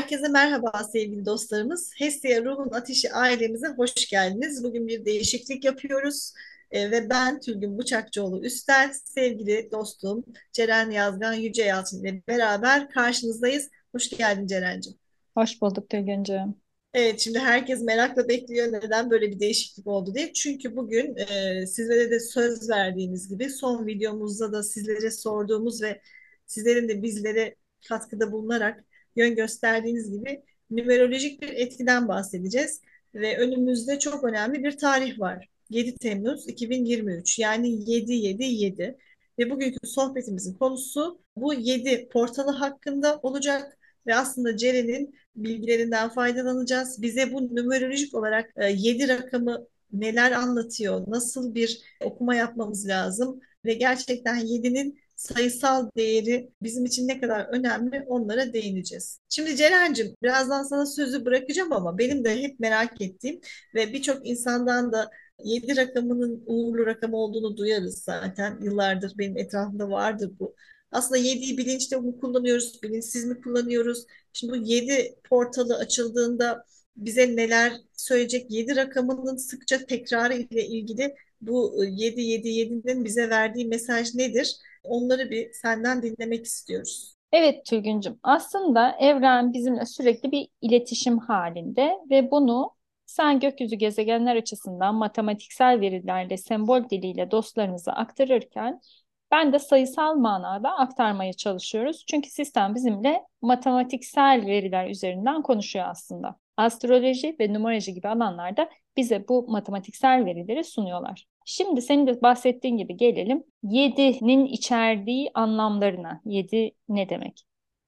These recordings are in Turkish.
Herkese merhaba sevgili dostlarımız. Hestia Ruhun Ateşi ailemize hoş geldiniz. Bugün bir değişiklik yapıyoruz. Ve ben Tülgün Bıçakçıoğlu Üstel, sevgili dostum Ceren Yazgan Yüce Yalçın ile beraber karşınızdayız. Hoş geldin Ceren'cim. Hoş bulduk Tülgüncüğüm. Evet, şimdi herkes merakla bekliyor neden böyle bir değişiklik oldu diye. Çünkü bugün sizlere de söz verdiğimiz gibi son videomuzda da sizlere sorduğumuz ve sizlerin de bizlere katkıda bulunarak yön gösterdiğiniz gibi numerolojik bir etkiden bahsedeceğiz. Ve önümüzde çok önemli bir tarih var. 7 Temmuz 2023, yani 777 ve bugünkü sohbetimizin konusu bu 7 portalı hakkında olacak ve aslında Ceren'in bilgilerinden faydalanacağız. Bize bu numerolojik olarak 7 rakamı neler anlatıyor, nasıl bir okuma yapmamız lazım ve gerçekten 7'nin sayısal değeri bizim için ne kadar önemli, onlara değineceğiz. Şimdi Ceren'cim, birazdan sana sözü bırakacağım ama benim de hep merak ettiğim ve birçok insandan da 7 rakamının uğurlu rakam olduğunu duyarız zaten. Yıllardır benim etrafımda vardır bu. Aslında 7'yi bilinçli mi kullanıyoruz, bilinçsiz mi kullanıyoruz? Şimdi bu 7 portalı açıldığında bize neler söyleyecek? 7 rakamının sıkça tekrarı ile ilgili bu 7-7-7'nin bize verdiği mesaj nedir? Onları bir senden dinlemek istiyoruz. Evet Tülgüncüm, aslında evren bizimle sürekli bir iletişim halinde ve bunu sen gökyüzü gezegenler açısından matematiksel verilerle, sembol diliyle dostlarınıza aktarırken ben de sayısal manada aktarmaya çalışıyoruz. Çünkü sistem bizimle matematiksel veriler üzerinden konuşuyor aslında. Astroloji ve numeroloji gibi alanlarda bize bu matematiksel verileri sunuyorlar. Şimdi senin de bahsettiğin gibi gelelim 7'nin içerdiği anlamlarına. 7 ne demek?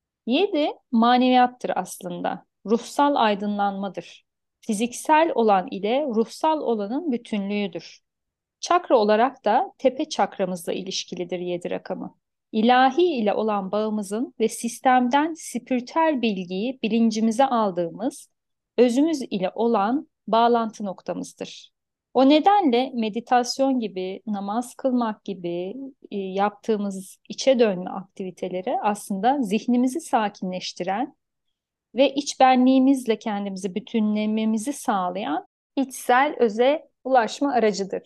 7 maneviyattır aslında. Ruhsal aydınlanmadır. Fiziksel olan ile ruhsal olanın bütünlüğüdür. Çakra olarak da tepe çakramızla ilişkilidir 7 rakamı. İlahi ile olan bağımızın ve sistemden spiritüel bilgiyi bilincimize aldığımız özümüz ile olan bağlantı noktamızdır. O nedenle meditasyon gibi, namaz kılmak gibi yaptığımız içe dönme aktiviteleri aslında zihnimizi sakinleştiren ve iç benliğimizle kendimizi bütünlememizi sağlayan içsel öze ulaşma aracıdır.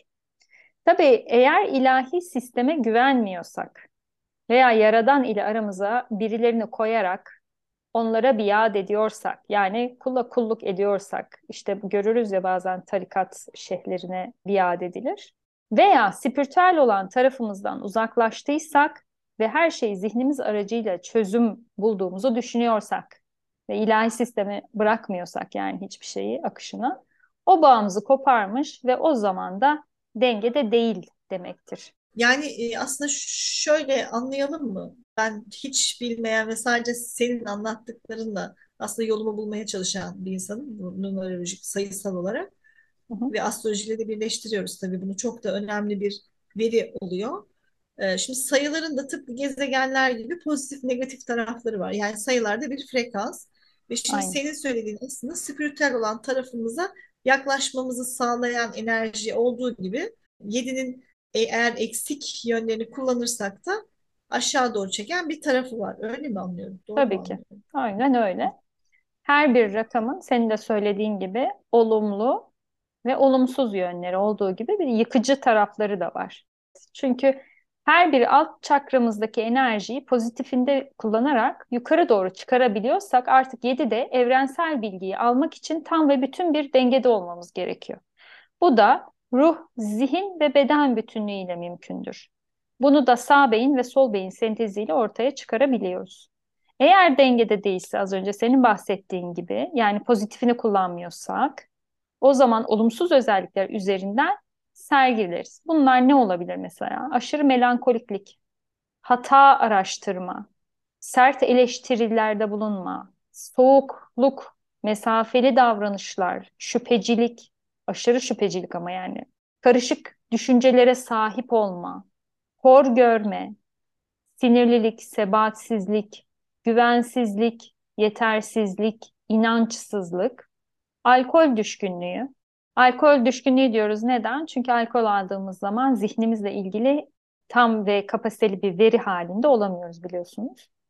Tabii eğer ilahi sisteme güvenmiyorsak veya Yaradan ile aramıza birilerini koyarak onlara biat ediyorsak, yani kula kulluk ediyorsak, işte görürüz ya bazen tarikat şeyhlerine biat edilir. Veya spiritüel olan tarafımızdan uzaklaştıysak ve her şeyi zihnimiz aracıyla çözüm bulduğumuzu düşünüyorsak ve ilahi sistemi bırakmıyorsak yani hiçbir şeyi akışına, o bağımızı koparmış ve o zaman da dengede değil demektir. Yani aslında şöyle anlayalım mı? Ben hiç bilmeyen ve sadece senin anlattıklarınla aslında yolumu bulmaya çalışan bir insanım, bu numerolojik sayısal olarak. Hı hı. Ve astrolojiyle de birleştiriyoruz tabii bunu. Çok da önemli bir veri oluyor. Şimdi sayıların da tıpkı gezegenler gibi pozitif negatif tarafları var. Yani sayılarda bir frekans. Ve şimdi Aynen. senin söylediğin aslında spiritüel olan tarafımıza yaklaşmamızı sağlayan enerji olduğu gibi 7'nin eğer eksik yönlerini kullanırsak da aşağı doğru çeken bir tarafı var. Öyle mi anlıyorum? Doğru mu Tabii ki. anlıyorum? Aynen öyle. Her bir rakamın senin de söylediğin gibi olumlu ve olumsuz yönleri olduğu gibi bir yıkıcı tarafları da var. Çünkü her bir alt çakramızdaki enerjiyi pozitifinde kullanarak yukarı doğru çıkarabiliyorsak artık 7'de evrensel bilgiyi almak için tam ve bütün bir dengede olmamız gerekiyor. Bu da ruh, zihin ve beden bütünlüğüyle mümkündür. Bunu da sağ beyin ve sol beyin senteziyle ortaya çıkarabiliyoruz. Eğer dengede değilse az önce senin bahsettiğin gibi yani pozitifini kullanmıyorsak o zaman olumsuz özellikler üzerinden sergileriz. Bunlar ne olabilir mesela? Aşırı melankoliklik, hata araştırma, sert eleştirilerde bulunma, soğukluk, mesafeli davranışlar, şüphecilik, aşırı şüphecilik ama yani, karışık düşüncelere sahip olma, hor görme, sinirlilik, sebatsizlik, güvensizlik, yetersizlik, inançsızlık, alkol düşkünlüğü. Alkol düşkünlüğü diyoruz. Neden? Çünkü alkol aldığımız zaman zihnimizle ilgili tam ve kapasiteli bir veri halinde olamıyoruz biliyorsunuz.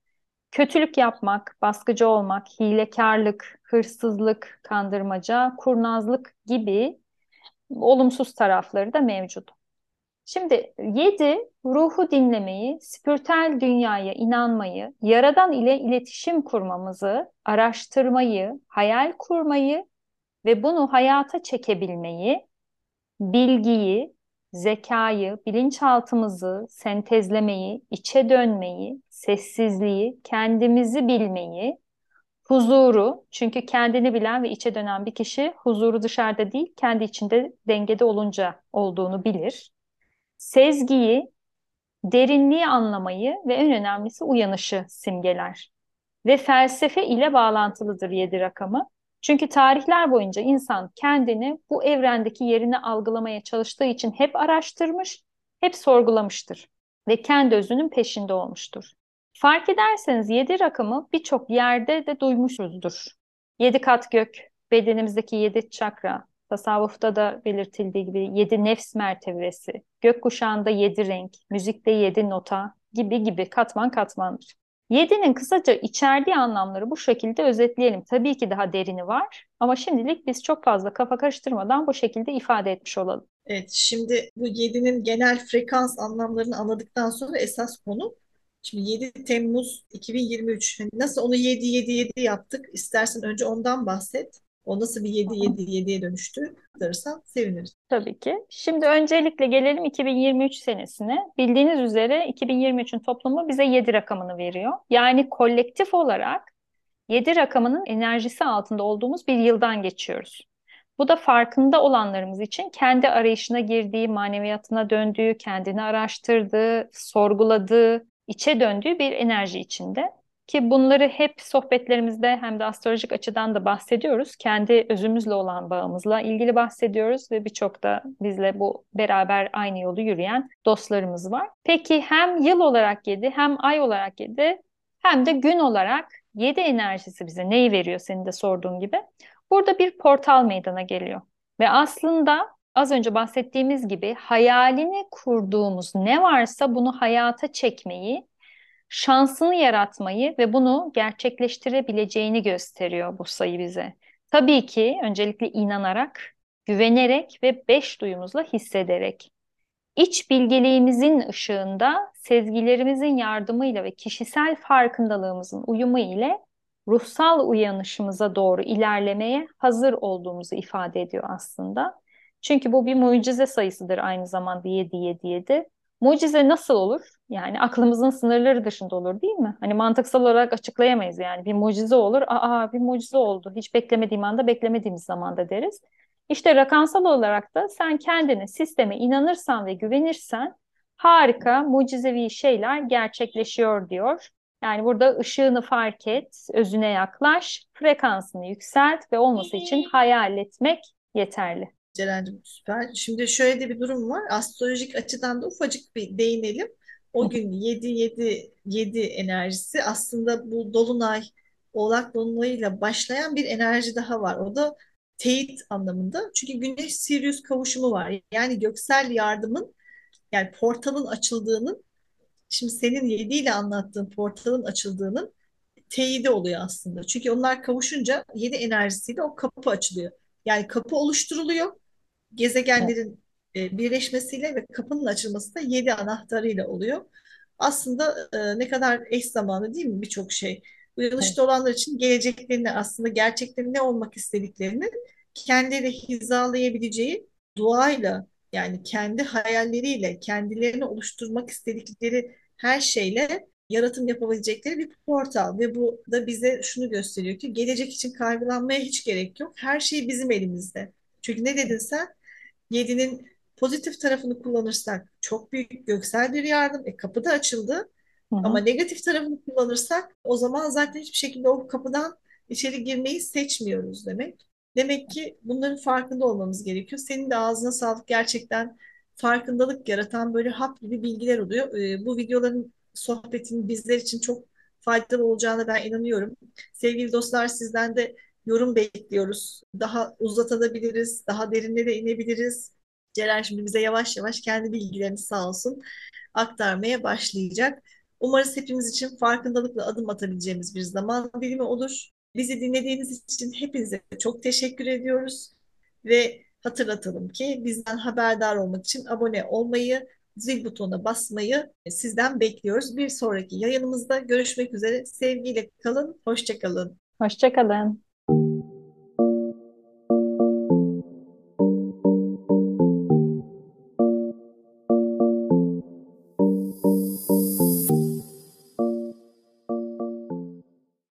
Kötülük yapmak, baskıcı olmak, hilekarlık, hırsızlık, kandırmaca, kurnazlık gibi olumsuz tarafları da mevcut. Şimdi 7 ruhu dinlemeyi, spiritüel dünyaya inanmayı, Yaradan ile iletişim kurmamızı, araştırmayı, hayal kurmayı ve bunu hayata çekebilmeyi, bilgiyi, zekayı, bilinçaltımızı sentezlemeyi, içe dönmeyi, sessizliği, kendimizi bilmeyi, huzuru, çünkü kendini bilen ve içe dönen bir kişi huzuru dışarıda değil, kendi içinde dengede olunca olduğunu bilir. Sezgiyi, derinliği anlamayı ve en önemlisi uyanışı simgeler. Ve felsefe ile bağlantılıdır 7 rakamı. Çünkü tarihler boyunca insan kendini bu evrendeki yerini algılamaya çalıştığı için hep araştırmış, hep sorgulamıştır ve kendi özünün peşinde olmuştur. Fark ederseniz 7 rakamı birçok yerde de duymuşuzdur. 7 kat gök, bedenimizdeki 7 çakra, tasavvufta da belirtildiği gibi 7 nefs mertebesi, gökkuşağında 7 renk, müzikte 7 nota gibi gibi katman katmandır. 7'nin kısaca içerdiği anlamları bu şekilde özetleyelim. Tabii ki daha derini var ama şimdilik biz çok fazla kafa karıştırmadan bu şekilde ifade etmiş olalım. Evet, şimdi bu 7'nin genel frekans anlamlarını anladıktan sonra esas konu, şimdi 7 Temmuz 2023. Hani nasıl onu 7-7-7 yaptık? İstersen önce ondan bahset. O nasıl bir 7-7-7'ye dönüştü? Aktarırsan seviniriz. Tabii ki. Şimdi öncelikle gelelim 2023 senesine. Bildiğiniz üzere 2023'ün toplumu bize 7 rakamını veriyor. Yani kolektif olarak 7 rakamının enerjisi altında olduğumuz bir yıldan geçiyoruz. Bu da farkında olanlarımız için kendi arayışına girdiği, maneviyatına döndüğü, kendini araştırdığı, sorguladığı, içe döndüğü bir enerji içinde. Ki bunları hep sohbetlerimizde hem de astrolojik açıdan da bahsediyoruz. Kendi özümüzle olan bağımızla ilgili bahsediyoruz ve birçok da bizle bu beraber aynı yolu yürüyen dostlarımız var. Peki hem yıl olarak 7 hem ay olarak 7 hem de gün olarak 7 enerjisi bize neyi veriyor senin de sorduğun gibi? Burada bir portal meydana geliyor. Ve aslında az önce bahsettiğimiz gibi hayalini kurduğumuz ne varsa bunu hayata çekmeyi, şansını yaratmayı ve bunu gerçekleştirebileceğini gösteriyor bu sayı bize. Tabii ki öncelikle inanarak, güvenerek ve beş duyumuzla hissederek. İç bilgeliğimizin ışığında, sezgilerimizin yardımıyla ve kişisel farkındalığımızın uyumu ile ruhsal uyanışımıza doğru ilerlemeye hazır olduğumuzu ifade ediyor aslında. Çünkü bu bir mucize sayısıdır aynı zamanda 777. Mucize nasıl olur? Yani aklımızın sınırları dışında olur değil mi? Hani mantıksal olarak açıklayamayız yani. Bir mucize olur. Aa, bir mucize oldu. Hiç beklemediğim anda beklemediğimiz zamanda deriz. İşte rakamsal olarak da sen kendine, sisteme inanırsan ve güvenirsen harika, mucizevi şeyler gerçekleşiyor diyor. Yani burada ışığını fark et, özüne yaklaş, frekansını yükselt ve olması için hayal etmek yeterli. Ceren'cim süper. Şimdi şöyle de bir durum var. Astrolojik açıdan da ufacık bir değinelim. O gün 7-7-7 enerjisi aslında bu Dolunay, Oğlak Dolunay'ıyla başlayan bir enerji daha var. O da teyit anlamında. Çünkü Güneş-Sirius kavuşumu var. Yani göksel yardımın, yani portalın açıldığının, şimdi senin 7 ile anlattığın portalın açıldığının teyidi oluyor aslında. Çünkü onlar kavuşunca 7 enerjisiyle o kapı açılıyor. Yani kapı oluşturuluyor, gezegenlerin birleşmesiyle ve kapının açılması da 7 anahtarıyla oluyor. Aslında ne kadar eş zamanlı değil mi birçok şey. Evet. Uyanışta olanlar için geleceklerini, aslında gerçekten ne olmak istediklerini kendileri hizalayabileceği duayla, yani kendi hayalleriyle kendilerini oluşturmak istedikleri her şeyle yaratım yapabilecekleri bir portal ve bu da bize şunu gösteriyor ki gelecek için kaygılanmaya hiç gerek yok. Her şey bizim elimizde. Çünkü ne dedin sen? 7'nin pozitif tarafını kullanırsak çok büyük göksel bir yardım. Kapı da açıldı. Hı Ama hı. negatif tarafını kullanırsak o zaman zaten hiçbir şekilde o kapıdan içeri girmeyi seçmiyoruz demek. Demek ki bunların farkında olmamız gerekiyor. Senin de ağzına sağlık, gerçekten farkındalık yaratan böyle hap gibi bilgiler oluyor. Bu videoların, sohbetin bizler için çok faydalı olacağına ben inanıyorum. Sevgili dostlar, sizden de yorum bekliyoruz. Daha uzatabiliriz, daha derinlere inebiliriz. Ceren şimdi bize yavaş yavaş kendi bilgilerini sağ olsun aktarmaya başlayacak. Umarız hepimiz için farkındalıkla adım atabileceğimiz bir zaman dilimi olur. Bizi dinlediğiniz için hepinize çok teşekkür ediyoruz ve hatırlatalım ki bizden haberdar olmak için abone olmayı, zil butonuna basmayı sizden bekliyoruz. Bir sonraki yayınımızda görüşmek üzere. Sevgiyle kalın, hoşça kalın. Hoşça kalın.